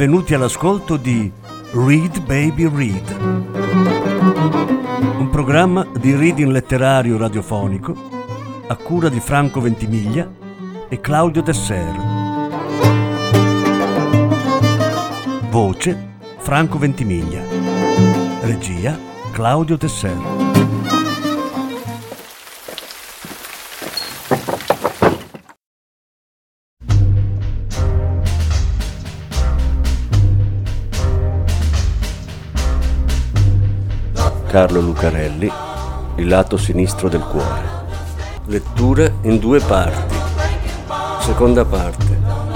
benvenuti all'ascolto di Read Baby Read, un programma di reading letterario radiofonico a cura di Franco Ventimiglia e Claudio Desser. Voce Franco Ventimiglia. Regia Claudio Desser. Carlo Lucarelli, Il lato sinistro del cuore. Lettura in 2 parti. Seconda parte.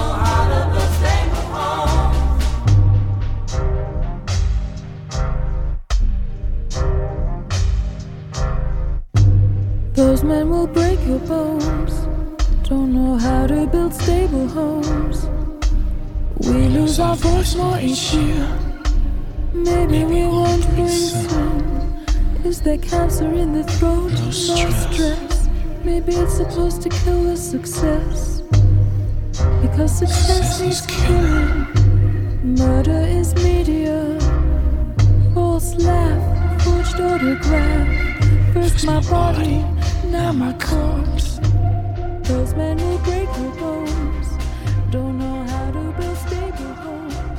Those men will break your bones. Don't know how to build stable homes. We lose our voice more each year. Maybe we won't win soon. Is there cancer in the throat? No stress. Maybe it's supposed to kill the success. Because success is killing. Murder is media. False laugh, forged autograph. First my body, now my corpse. Those men will break your bones. Don't know how to build stable homes.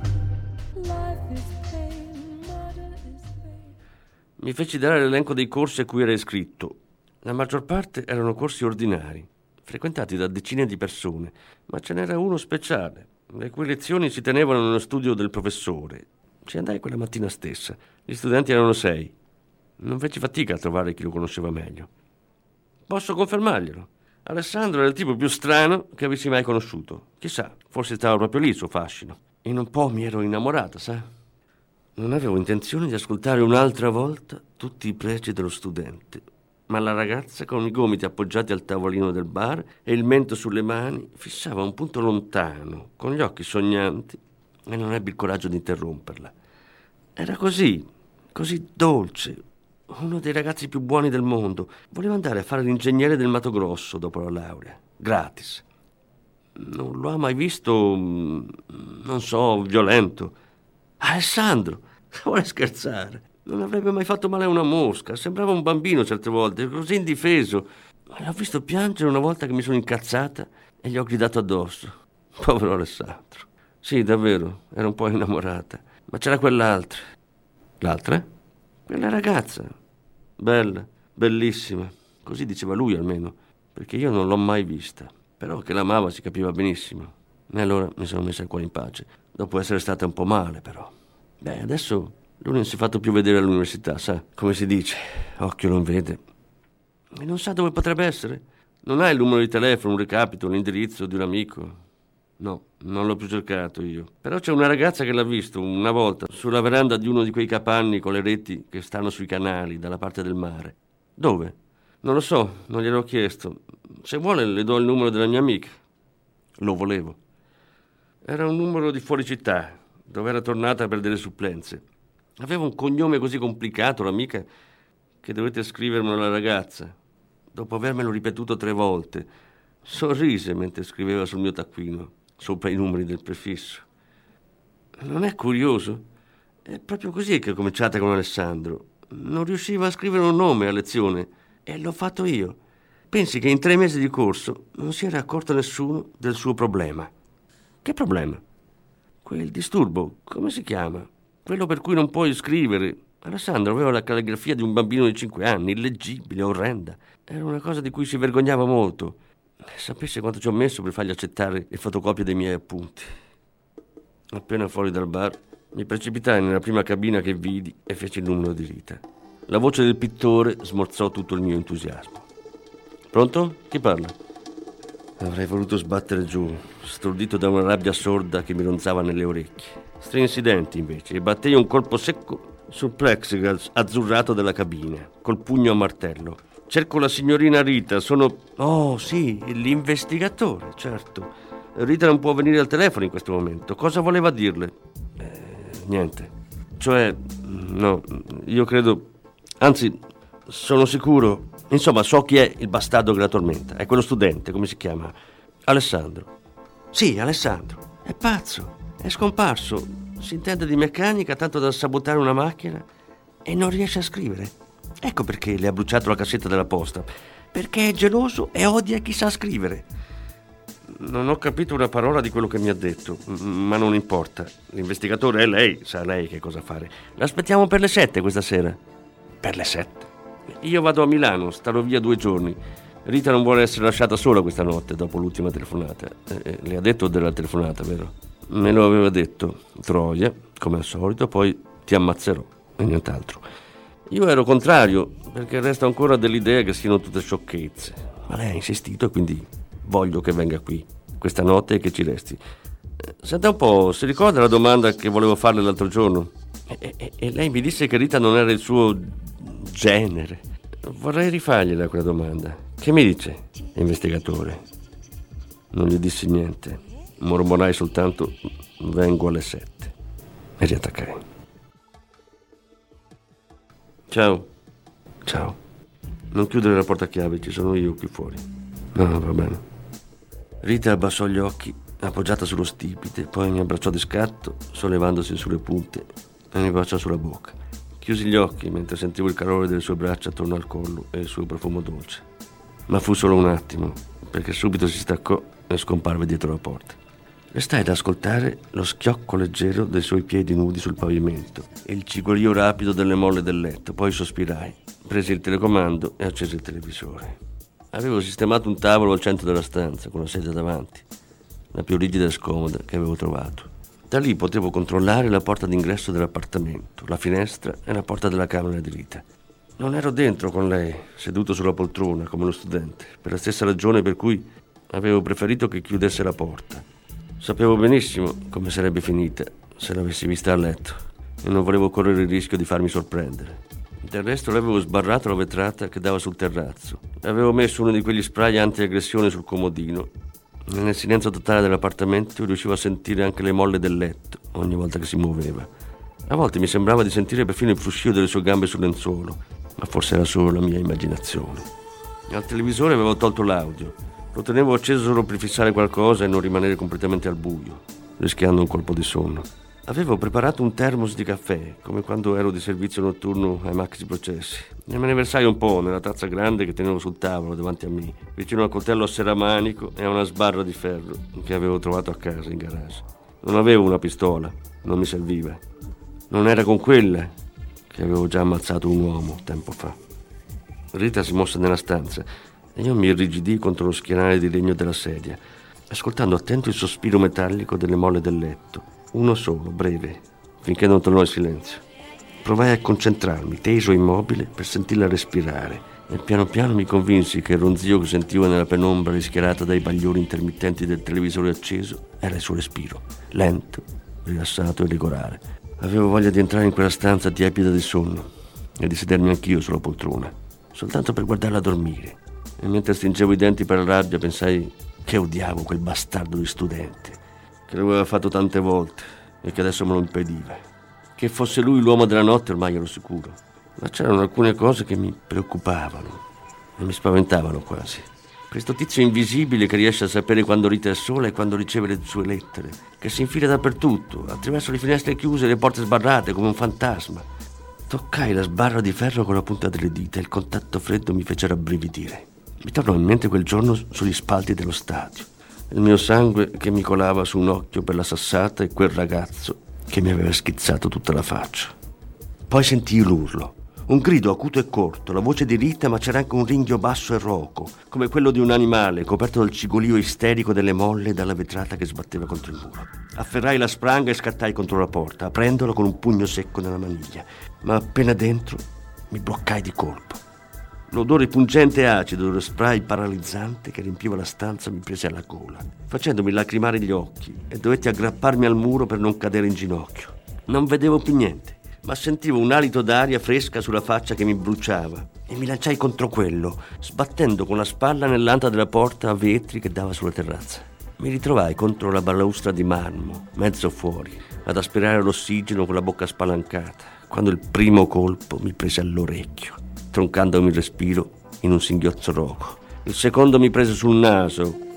Life is pain, murder is pain. Mi feci dare l'elenco dei corsi a cui era iscritto. La maggior parte erano corsi ordinari, frequentati da decine di persone, ma ce n'era uno speciale, le cui lezioni si tenevano nello studio del professore. Ci andai quella mattina stessa. Gli studenti erano 6. Non feci fatica a trovare chi lo conosceva meglio. Posso confermarglielo. Alessandro era il tipo più strano che avessi mai conosciuto. Chissà, forse stava proprio lì il suo fascino. In un po' mi ero innamorata, sa? Non avevo intenzione di ascoltare un'altra volta tutti i pregi dello studente, ma la ragazza, con i gomiti appoggiati al tavolino del bar e il mento sulle mani, fissava un punto lontano, con gli occhi sognanti, e non ebbi il coraggio di interromperla. Era così dolce, uno dei ragazzi più buoni del mondo. Voleva andare a fare l'ingegnere del Mato Grosso dopo la laurea, gratis. Non lo ha mai visto, non so, violento. Alessandro, vuole scherzare? Non avrebbe mai fatto male a una mosca. Sembrava un bambino certe volte, così indifeso. L'ho visto piangere una volta che mi sono incazzata e gli ho gridato addosso. Povero Alessandro. Sì, davvero, ero un po' innamorata. Ma c'era quell'altra. L'altra? Quella ragazza. Bella, bellissima. Così diceva lui almeno, perché io non l'ho mai vista. Però che l'amava si capiva benissimo. E allora mi sono messa il cuore in pace. Dopo essere stata un po' male, però. Adesso lui non si è fatto più vedere all'università, sa? Come si dice, occhio non vede. E non sa dove potrebbe essere? Non ha il numero di telefono, un recapito, l'indirizzo di un amico? No, non l'ho più cercato io. Però c'è una ragazza che l'ha visto una volta sulla veranda di uno di quei capanni con le reti che stanno sui canali, dalla parte del mare. Dove? Non lo so, non gliel'ho chiesto. Se vuole le do il numero della mia amica. Lo volevo. Era un numero di fuori città, dove era tornata per delle supplenze. Aveva un cognome così complicato, l'amica, che dovette scrivermelo alla ragazza. Dopo avermelo ripetuto 3 volte, sorrise mentre scriveva sul mio taccuino, sopra i numeri del prefisso. Non è curioso? È proprio così che ho cominciato con Alessandro. Non riusciva a scrivere un nome a lezione e l'ho fatto io. Pensi che in 3 mesi di corso non si era accorto nessuno del suo problema. Che problema? Quel disturbo, come si chiama? Quello per cui non puoi scrivere. Alessandro aveva la calligrafia di un bambino di 5 anni, illeggibile, orrenda. Era una cosa di cui si vergognava molto. Sapesse quanto ci ho messo per fargli accettare le fotocopie dei miei appunti. Appena fuori dal bar, mi precipitai nella prima cabina che vidi e feci il numero di Rita. La voce del pittore smorzò tutto il mio entusiasmo. Pronto? Chi parla? Avrei voluto sbattere giù, stordito da una rabbia sorda che mi ronzava nelle orecchie. Strinsi i denti invece e battei un colpo secco sul plexiglass azzurrato della cabina, col pugno a martello. Cerco la signorina Rita, sono... Oh, sì, l'investigatore, certo. Rita non può venire al telefono in questo momento. Cosa voleva dirle? Niente. Cioè, no, io credo... Anzi, sono sicuro... Insomma, so chi è il bastardo che la tormenta. È quello studente, come si chiama? Alessandro. Sì, Alessandro. È pazzo. È scomparso, si intende di meccanica tanto da sabotare una macchina e non riesce a scrivere. Ecco perché le ha bruciato la cassetta della posta, perché è geloso e odia chi sa scrivere. Non ho capito una parola di quello che mi ha detto, ma non importa. L'investigatore è lei, sa lei che cosa fare. L'aspettiamo per le 7 questa sera. Per le 7? Io vado a Milano, starò via 2 giorni. Rita non vuole essere lasciata sola questa notte dopo l'ultima telefonata. Le ha detto della telefonata, vero? Me lo aveva detto. Troia, come al solito, poi ti ammazzerò e nient'altro. Io ero contrario, perché resto ancora dell'idea che siano tutte sciocchezze. Ma lei ha insistito e quindi voglio che venga qui questa notte e che ci resti. Senta un po', si ricorda la domanda che volevo farle l'altro giorno? E lei mi disse che Rita non era il suo genere. Vorrei rifargliela quella domanda. Che mi dice, investigatore? Non gli dissi niente. Mormorai soltanto vengo alle 7 e riattaccai. Ciao. Ciao. Non chiudere la porta a chiave, ci sono io qui fuori. No, va bene. Rita abbassò gli occhi, appoggiata sullo stipite, poi mi abbracciò di scatto, sollevandosi sulle punte, e mi baciò sulla bocca. Chiusi gli occhi mentre sentivo il calore delle sue braccia attorno al collo e il suo profumo dolce. Ma fu solo un attimo, perché subito si staccò e scomparve dietro la porta. Restai ad ascoltare lo schiocco leggero dei suoi piedi nudi sul pavimento e il cigolio rapido delle molle del letto. Poi sospirai, presi il telecomando e accesi il televisore. Avevo sistemato un tavolo al centro della stanza con la sedia davanti, la più rigida e scomoda che avevo trovato. Da lì potevo controllare la porta d'ingresso dell'appartamento, la finestra e la porta della camera di Rita. Non ero dentro con lei, seduto sulla poltrona come uno studente, per la stessa ragione per cui avevo preferito che chiudesse la porta. Sapevo benissimo come sarebbe finita se l'avessi vista a letto e non volevo correre il rischio di farmi sorprendere. Del resto l'avevo sbarrato la vetrata che dava sul terrazzo. Avevo messo uno di quegli spray anti-aggressione sul comodino e nel silenzio totale dell'appartamento riuscivo a sentire anche le molle del letto ogni volta che si muoveva. A volte mi sembrava di sentire perfino il fruscio delle sue gambe sul lenzuolo, ma forse era solo la mia immaginazione. Al televisore avevo tolto l'audio. Lo tenevo acceso solo per fissare qualcosa e non rimanere completamente al buio, rischiando un colpo di sonno. Avevo preparato un termos di caffè, come quando ero di servizio notturno ai maxi processi, e me ne versai un po' nella tazza grande che tenevo sul tavolo davanti a me, vicino al coltello a serramanico e a una sbarra di ferro che avevo trovato a casa in garage. Non avevo una pistola, non mi serviva. Non era con quella che avevo già ammazzato un uomo tempo fa. Rita si mosse nella stanza e io mi irrigidii contro lo schienale di legno della sedia, ascoltando attento il sospiro metallico delle molle del letto. Uno solo, breve, finché non tornò il silenzio. Provai a concentrarmi, teso e immobile, per sentirla respirare, e piano piano mi convinsi che il ronzio che sentivo nella penombra rischiarata dai bagliori intermittenti del televisore acceso era il suo respiro, lento, rilassato e regolare. Avevo voglia di entrare in quella stanza tiepida di sonno e di sedermi anch'io sulla poltrona, soltanto per guardarla dormire. E mentre stringevo i denti per la rabbia pensai che odiavo quel bastardo di studente, che lo aveva fatto tante volte e che adesso me lo impediva. Che fosse lui l'uomo della notte ormai ero sicuro, ma c'erano alcune cose che mi preoccupavano e mi spaventavano quasi. Questo tizio invisibile che riesce a sapere quando Rita è sola e quando riceve le sue lettere, che si infila dappertutto, attraverso le finestre chiuse e le porte sbarrate come un fantasma. Toccai la sbarra di ferro con la punta delle dita e il contatto freddo mi fece rabbrividire. Mi tornò in mente quel giorno sugli spalti dello stadio, il mio sangue che mi colava su un occhio per la sassata e quel ragazzo che mi aveva schizzato tutta la faccia. Poi sentii l'urlo, un grido acuto e corto, la voce di Rita, ma c'era anche un ringhio basso e roco, come quello di un animale coperto dal cigolio isterico delle molle e dalla vetrata che sbatteva contro il muro. Afferrai la spranga e scattai contro la porta, aprendola con un pugno secco nella maniglia, ma appena dentro mi bloccai di colpo. L'odore pungente e acido dello spray paralizzante che riempiva la stanza mi prese alla gola, facendomi lacrimare gli occhi, e dovetti aggrapparmi al muro per non cadere in ginocchio. Non vedevo più niente, ma sentivo un alito d'aria fresca sulla faccia che mi bruciava e mi lanciai contro quello, sbattendo con la spalla nell'anta della porta a vetri che dava sulla terrazza. Mi ritrovai contro la balaustra di marmo, mezzo fuori, ad aspirare l'ossigeno con la bocca spalancata, quando il primo colpo mi prese all'orecchio, troncandomi il respiro in un singhiozzo roco. Il secondo mi prese sul naso,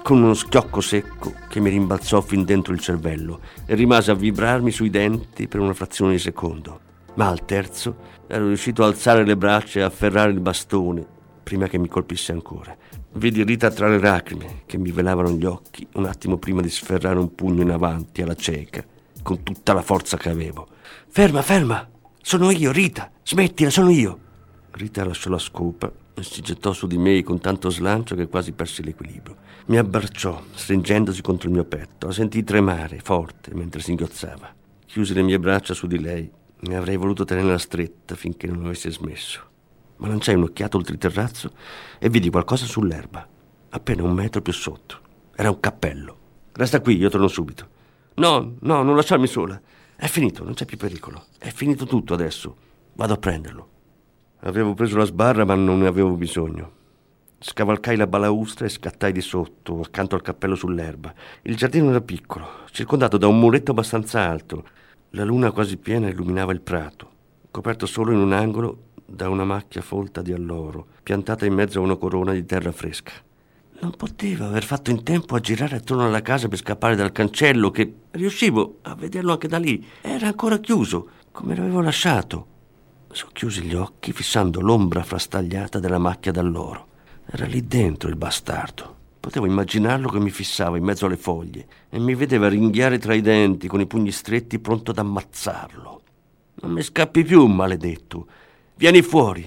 con uno schiocco secco che mi rimbalzò fin dentro il cervello e rimase a vibrarmi sui denti per una frazione di secondo. Ma al terzo ero riuscito a alzare le braccia e a afferrare il bastone prima che mi colpisse ancora. Vidi Rita tra le lacrime che mi velavano gli occhi un attimo prima di sferrare un pugno in avanti alla cieca con tutta la forza che avevo. Ferma, ferma! Sono io, Rita! Smettila, sono io! Rita lasciò la scopa e si gettò su di me con tanto slancio che quasi persi l'equilibrio. Mi abbracciò, stringendosi contro il mio petto. La sentii tremare forte mentre singhiozzava. Chiusi le mie braccia su di lei e avrei voluto tenerla stretta finché non avesse smesso. Ma lanciai un'occhiata oltre il terrazzo e vidi qualcosa sull'erba, appena 1 metro più sotto. Era un cappello. Resta qui, io torno subito. No, non lasciarmi sola. È finito, non c'è più pericolo. È finito tutto adesso. Vado a prenderlo. Avevo preso la sbarra, ma non ne avevo bisogno. Scavalcai la balaustra e scattai di sotto, accanto al cappello sull'erba. Il giardino era piccolo, circondato da un muretto abbastanza alto. La luna quasi piena illuminava il prato, coperto solo in un angolo da una macchia folta di alloro, piantata in mezzo a una corona di terra fresca. Non potevo aver fatto in tempo a girare attorno alla casa per scappare dal cancello, che riuscivo a vederlo anche da lì. Era ancora chiuso, come l'avevo lasciato. Socchiusi gli occhi, fissando l'ombra frastagliata della macchia d'alloro. Era lì dentro il bastardo. Potevo immaginarlo che mi fissava in mezzo alle foglie e mi vedeva ringhiare tra i denti con i pugni stretti, pronto ad ammazzarlo. Non mi scappi più, maledetto. Vieni fuori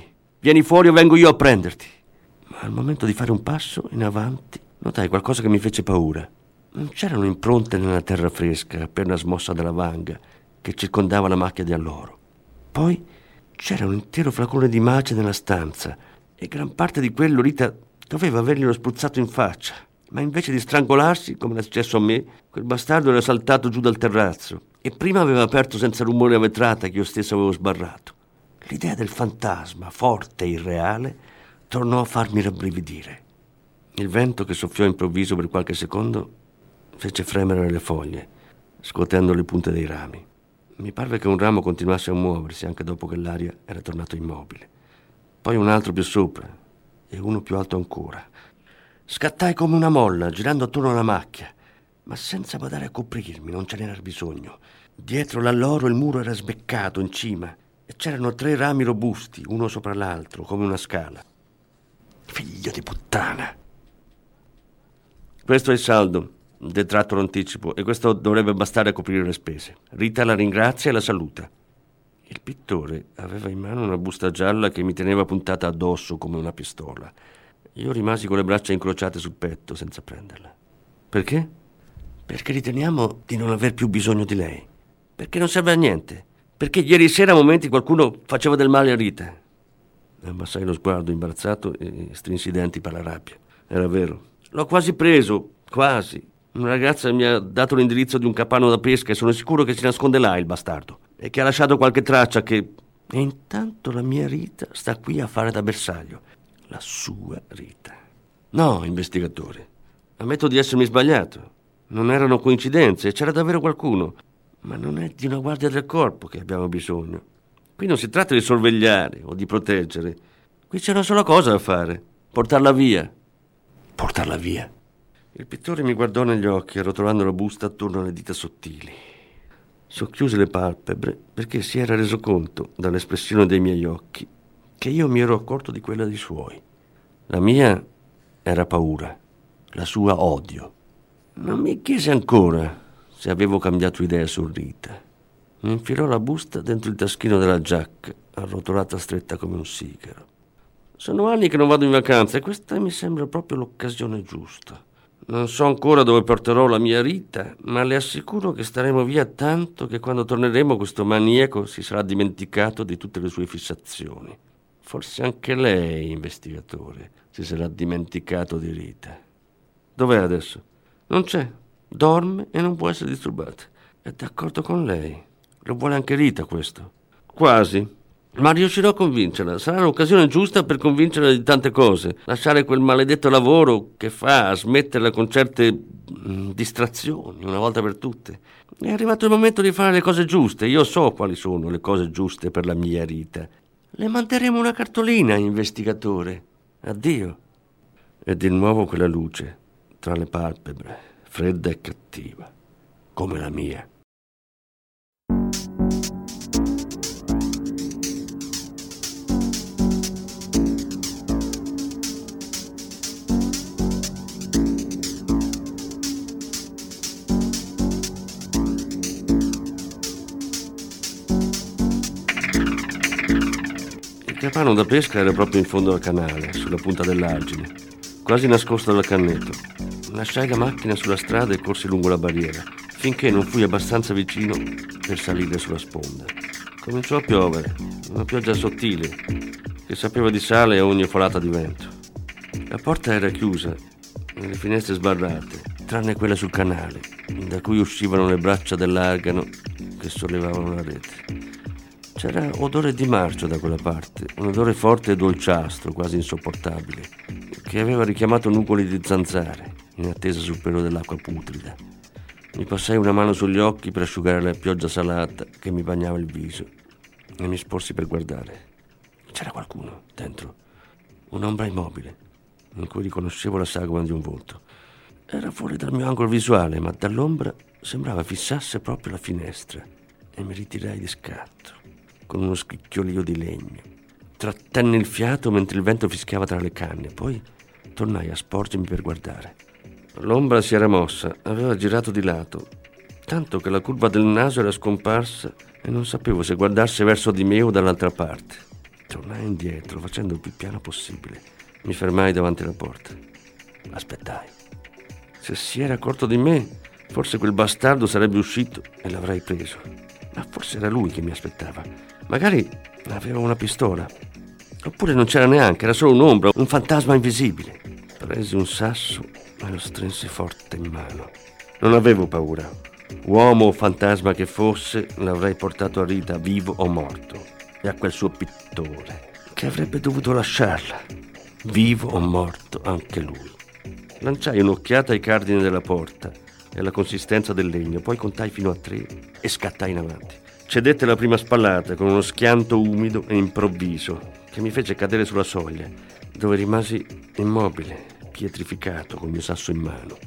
o vengo io a prenderti. Ma al momento di fare un passo in avanti notai qualcosa che mi fece paura. Non c'erano impronte nella terra fresca appena smossa dalla vanga che circondava la macchia di alloro. Poi c'era un intero flacone di mace nella stanza e gran parte di quello Rita doveva averglielo spruzzato in faccia. Ma invece di strangolarsi, come era successo a me, quel bastardo era saltato giù dal terrazzo e prima aveva aperto senza rumore la vetrata che io stesso avevo sbarrato. L'idea del fantasma, forte e irreale, tornò a farmi rabbrividire. Il vento che soffiò improvviso per qualche secondo fece fremere le foglie, scuotendo le punte dei rami. Mi parve che un ramo continuasse a muoversi anche dopo che l'aria era tornata immobile. Poi un altro più sopra e uno più alto ancora. Scattai come una molla, girando attorno alla macchia, ma senza badare a coprirmi, non ce n'era bisogno. Dietro l'alloro il muro era sbeccato in cima e c'erano 3 rami robusti, uno sopra l'altro, come una scala. Figlio di puttana! Questo è il saldo, detratto l'anticipo, e questo dovrebbe bastare a coprire le spese. Rita la ringrazia e la saluta. Il pittore aveva in mano una busta gialla che mi teneva puntata addosso come una pistola. Io rimasi con le braccia incrociate sul petto senza prenderla. Perché? Perché riteniamo di non aver più bisogno di lei. Perché non serve a niente. Perché ieri sera a momenti qualcuno faceva del male a Rita. Abbassai lo sguardo imbarazzato e strinsi i denti per la rabbia. Era vero. L'ho quasi preso, quasi. Una ragazza mi ha dato l'indirizzo di un capanno da pesca e sono sicuro che si nasconde là, il bastardo. E che ha lasciato qualche traccia che... E intanto la mia Rita sta qui a fare da bersaglio. La sua Rita. No, investigatore. Ammetto di essermi sbagliato. Non erano coincidenze, c'era davvero qualcuno. Ma non è di una guardia del corpo che abbiamo bisogno. Qui non si tratta di sorvegliare o di proteggere. Qui c'è una sola cosa da fare. Portarla via. Portarla via. Il pittore mi guardò negli occhi, arrotolando la busta attorno alle dita sottili. Socchiuse le palpebre perché si era reso conto, dall'espressione dei miei occhi, che io mi ero accorto di quella dei suoi. La mia era paura, la sua odio. Non mi chiese ancora se avevo cambiato idea su Rita. Mi infilò la busta dentro il taschino della giacca, arrotolata stretta come un sigaro. Sono anni che non vado in vacanza e questa mi sembra proprio l'occasione giusta. Non so ancora dove porterò la mia Rita, ma le assicuro che staremo via tanto che quando torneremo questo maniaco si sarà dimenticato di tutte le sue fissazioni. Forse anche lei, investigatore, si sarà dimenticato di Rita. Dov'è adesso? Non c'è. Dorme e non può essere disturbata. È d'accordo con lei. Lo vuole anche Rita questo. Quasi. Ma riuscirò a convincerla. Sarà l'occasione giusta per convincerla di tante cose. Lasciare quel maledetto lavoro che fa, smetterla con certe distrazioni, una volta per tutte. È arrivato il momento di fare le cose giuste. Io so quali sono le cose giuste per la mia Rita. Le manderemo una cartolina, investigatore. Addio. E di nuovo quella luce, tra le palpebre, fredda e cattiva, come la mia. Il capano da pesca era proprio in fondo al canale, sulla punta dell'argine, quasi nascosto dal cannetto. Lasciai la macchina sulla strada e corsi lungo la barriera, finché non fui abbastanza vicino per salire sulla sponda. Cominciò a piovere, una pioggia sottile, che sapeva di sale a ogni folata di vento. La porta era chiusa e le finestre sbarrate, tranne quella sul canale, da cui uscivano le braccia dell'argano che sollevavano la rete. C'era odore di marcio da quella parte, un odore forte e dolciastro, quasi insopportabile, che aveva richiamato nugoli di zanzare, in attesa sul pelo dell'acqua putrida. Mi passai una mano sugli occhi per asciugare la pioggia salata che mi bagnava il viso e mi sporsi per guardare. C'era qualcuno dentro, un'ombra immobile, in cui riconoscevo la sagoma di un volto. Era fuori dal mio angolo visuale, ma dall'ombra sembrava fissasse proprio la finestra e mi ritirai di scatto, con uno scricchiolio di legno. Trattenni il fiato mentre il vento fischiava tra le canne, poi tornai a sporgermi per guardare. L'ombra si era mossa, aveva girato di lato, tanto che la curva del naso era scomparsa e non sapevo se guardasse verso di me o dall'altra parte. Tornai indietro, facendo il più piano possibile. Mi fermai davanti alla porta. Aspettai. Se si era accorto di me, forse quel bastardo sarebbe uscito e l'avrei preso. Ma forse era lui che mi aspettava. Magari aveva una pistola. Oppure non c'era neanche, era solo un'ombra, un fantasma invisibile. Presi un sasso e lo strinsi forte in mano. Non avevo paura. Uomo o fantasma che fosse, l'avrei portato a Rita vivo o morto. E a quel suo pittore, che avrebbe dovuto lasciarla, vivo o morto anche lui. Lanciai un'occhiata ai cardini della porta e alla consistenza del legno, poi contai fino a 3 e scattai in avanti. Cedette la prima spallata con uno schianto umido e improvviso che mi fece cadere sulla soglia, dove rimasi immobile, pietrificato, col mio sasso in mano.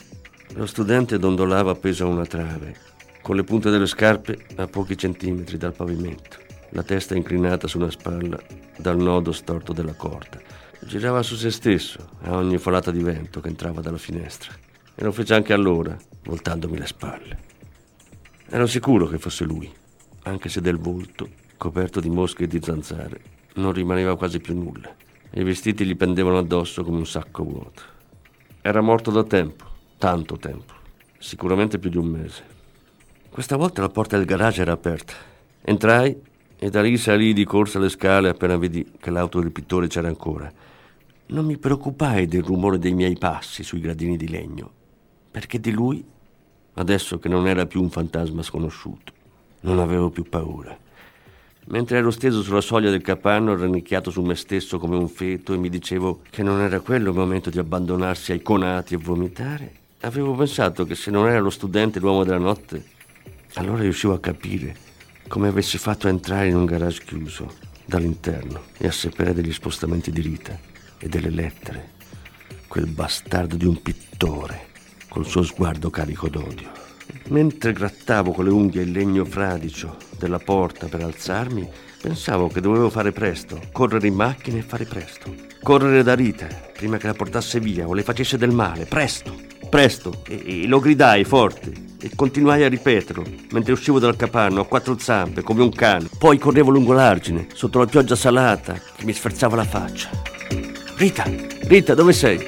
Lo studente dondolava appeso a una trave, con le punte delle scarpe a pochi centimetri dal pavimento, la testa inclinata su una spalla dal nodo storto della corda. Girava su se stesso a ogni folata di vento che entrava dalla finestra, e lo fece anche allora, voltandomi le spalle. Ero sicuro che fosse lui, anche se del volto, coperto di mosche e di zanzare, non rimaneva quasi più nulla, e i vestiti gli pendevano addosso come un sacco vuoto. Era morto da tempo, tanto tempo, sicuramente più di un mese. Questa volta la porta del garage era aperta. Entrai e da lì salii di corsa le scale appena vidi che l'auto del pittore c'era ancora. Non mi preoccupai del rumore dei miei passi sui gradini di legno, perché di lui, adesso che non era più un fantasma sconosciuto, non avevo più paura. Mentre ero steso sulla soglia del capanno, rannicchiato su me stesso come un feto, e mi dicevo che non era quello il momento di abbandonarsi ai conati e vomitare, avevo pensato che se non era lo studente l'uomo della notte, allora riuscivo a capire come avesse fatto a entrare in un garage chiuso dall'interno e a sapere degli spostamenti di Rita e delle lettere. Quel bastardo di un pittore, col suo sguardo carico d'odio. Mentre grattavo con le unghie il legno fradicio della porta per alzarmi, pensavo che dovevo fare presto, correre in macchina e fare presto. Correre da Rita, prima che la portasse via o le facesse del male, presto, presto, e lo gridai forte. E continuai a ripeterlo mentre uscivo dal capanno a 4 zampe come un cane. Poi correvo lungo l'argine sotto la pioggia salata che mi sferzava la faccia. Rita, Rita, dove sei?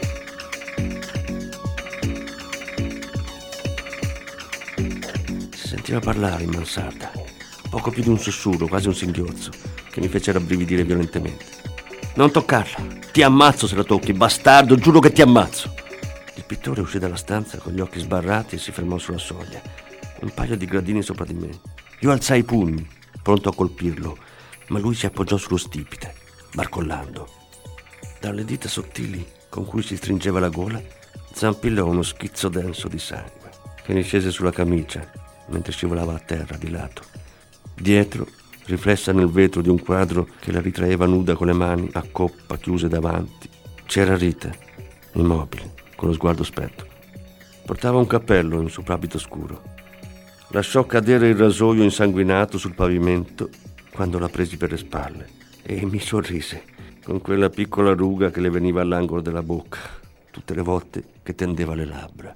Si sentiva parlare in mansarda, poco più di un sussurro, quasi un singhiozzo, che mi fece rabbrividire violentemente. Non toccarla, ti ammazzo se la tocchi, bastardo, giuro che ti ammazzo. Il pittore uscì dalla stanza con gli occhi sbarrati e si fermò sulla soglia, un paio di gradini sopra di me. Io alzai i pugni, pronto a colpirlo, ma lui si appoggiò sullo stipite, barcollando. Dalle dita sottili con cui si stringeva la gola, zampillò uno schizzo denso di sangue, che mi scese sulla camicia mentre scivolava a terra di lato. Dietro, riflessa nel vetro di un quadro che la ritraeva nuda con le mani a coppa chiuse davanti, c'era Rita, immobile, con lo sguardo spento. Portava un cappello e un soprabito scuro. Lasciò cadere il rasoio insanguinato sul pavimento quando la presi per le spalle e mi sorrise con quella piccola ruga che le veniva all'angolo della bocca tutte le volte che tendeva le labbra.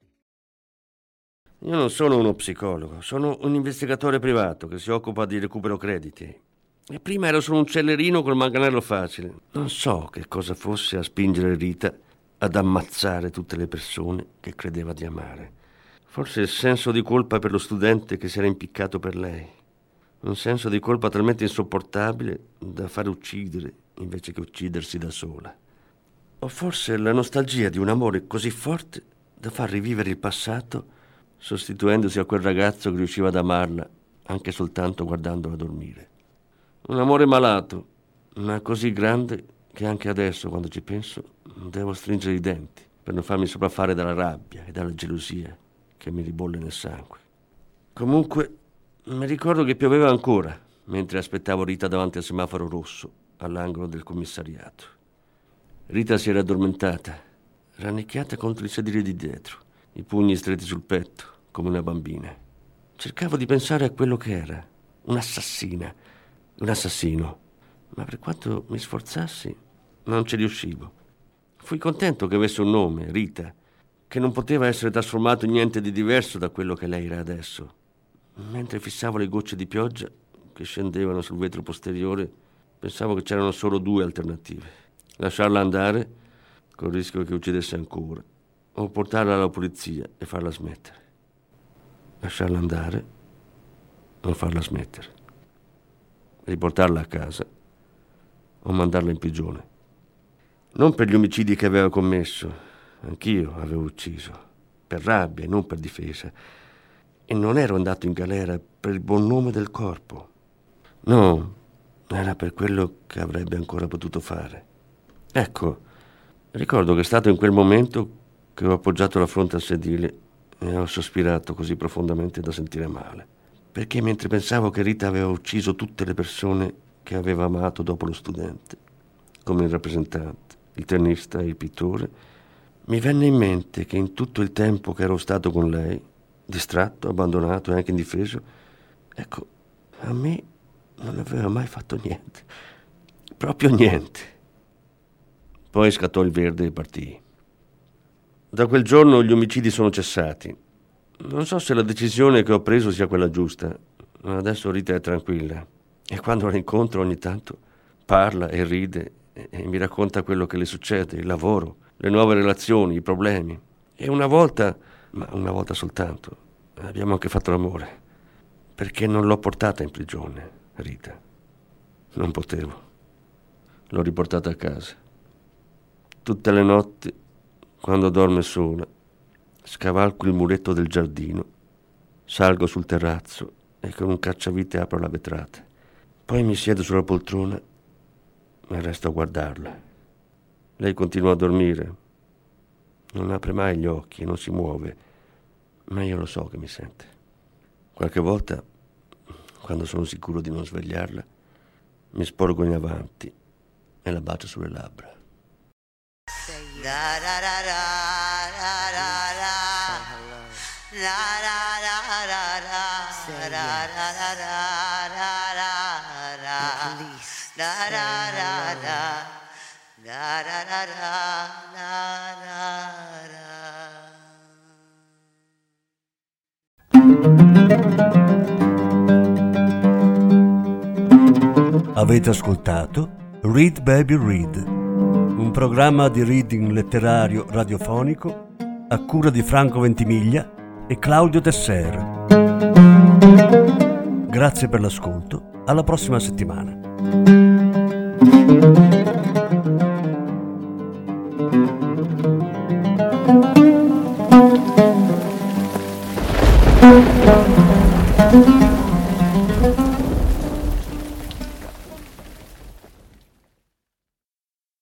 Io non sono uno psicologo, sono un investigatore privato che si occupa di recupero crediti. E prima ero solo un cellerino col manganello facile. Non so che cosa fosse a spingere Rita ad ammazzare tutte le persone che credeva di amare. Forse il senso di colpa per lo studente che si era impiccato per lei. Un senso di colpa talmente insopportabile da fare uccidere invece che uccidersi da sola. O forse la nostalgia di un amore così forte da far rivivere il passato, sostituendosi a quel ragazzo che riusciva ad amarla anche soltanto guardandola dormire. Un amore malato, ma così grande che anche adesso, quando ci penso, devo stringere i denti per non farmi sopraffare dalla rabbia e dalla gelosia che mi ribolle nel sangue. Comunque, mi ricordo che pioveva ancora mentre aspettavo Rita davanti al semaforo rosso all'angolo del commissariato. Rita si era addormentata, rannicchiata contro il sedile di dietro, i pugni stretti sul petto, come una bambina. Cercavo di pensare a quello che era, un'assassina, un assassino, ma per quanto mi sforzassi non ci riuscivo. Fui contento che avesse un nome, Rita, che non poteva essere trasformato in niente di diverso da quello che lei era adesso. Mentre fissavo le gocce di pioggia che scendevano sul vetro posteriore, pensavo che c'erano solo due alternative: lasciarla andare, col rischio che uccidesse ancora, o portarla alla polizia e farla smettere. Lasciarla andare o farla smettere. Riportarla a casa o mandarla in prigione. Non per gli omicidi che aveva commesso, anch'io avevo ucciso, per rabbia e non per difesa. E non ero andato in galera per il buon nome del corpo. No, era per quello che avrebbe ancora potuto fare. Ecco, ricordo che è stato in quel momento che ho appoggiato la fronte al sedile e ho sospirato così profondamente da sentire male. Perché mentre pensavo che Rita aveva ucciso tutte le persone che aveva amato dopo lo studente, come il rappresentante, il tennista e il pittore, mi venne in mente che in tutto il tempo che ero stato con lei, distratto, abbandonato e anche indifeso, ecco, a me non aveva mai fatto niente, proprio niente. Poi scattò il verde e partì. Da quel giorno gli omicidi sono cessati. Non so se la decisione che ho preso sia quella giusta, ma adesso Rita è tranquilla e quando la incontro ogni tanto parla e ride e mi racconta quello che le succede, il lavoro, le nuove relazioni, i problemi. E una volta, ma una volta soltanto, abbiamo anche fatto l'amore, perché non l'ho portata in prigione, Rita. Non potevo. L'ho riportata a casa. Tutte le notti, quando dorme sola, scavalco il muretto del giardino, salgo sul terrazzo e con un cacciavite apro la vetrata. Poi mi siedo sulla poltrona e resto a guardarla. Lei continua a dormire. Non apre mai gli occhi e non si muove, ma io lo so che mi sente. Qualche volta, quando sono sicuro di non svegliarla, mi sporgo in avanti e la bacio sulle labbra. Avete ascoltato Read Baby Read, un programma di reading letterario radiofonico a cura di Franco Ventimiglia e Claudio Tesser. Grazie per l'ascolto, alla prossima settimana.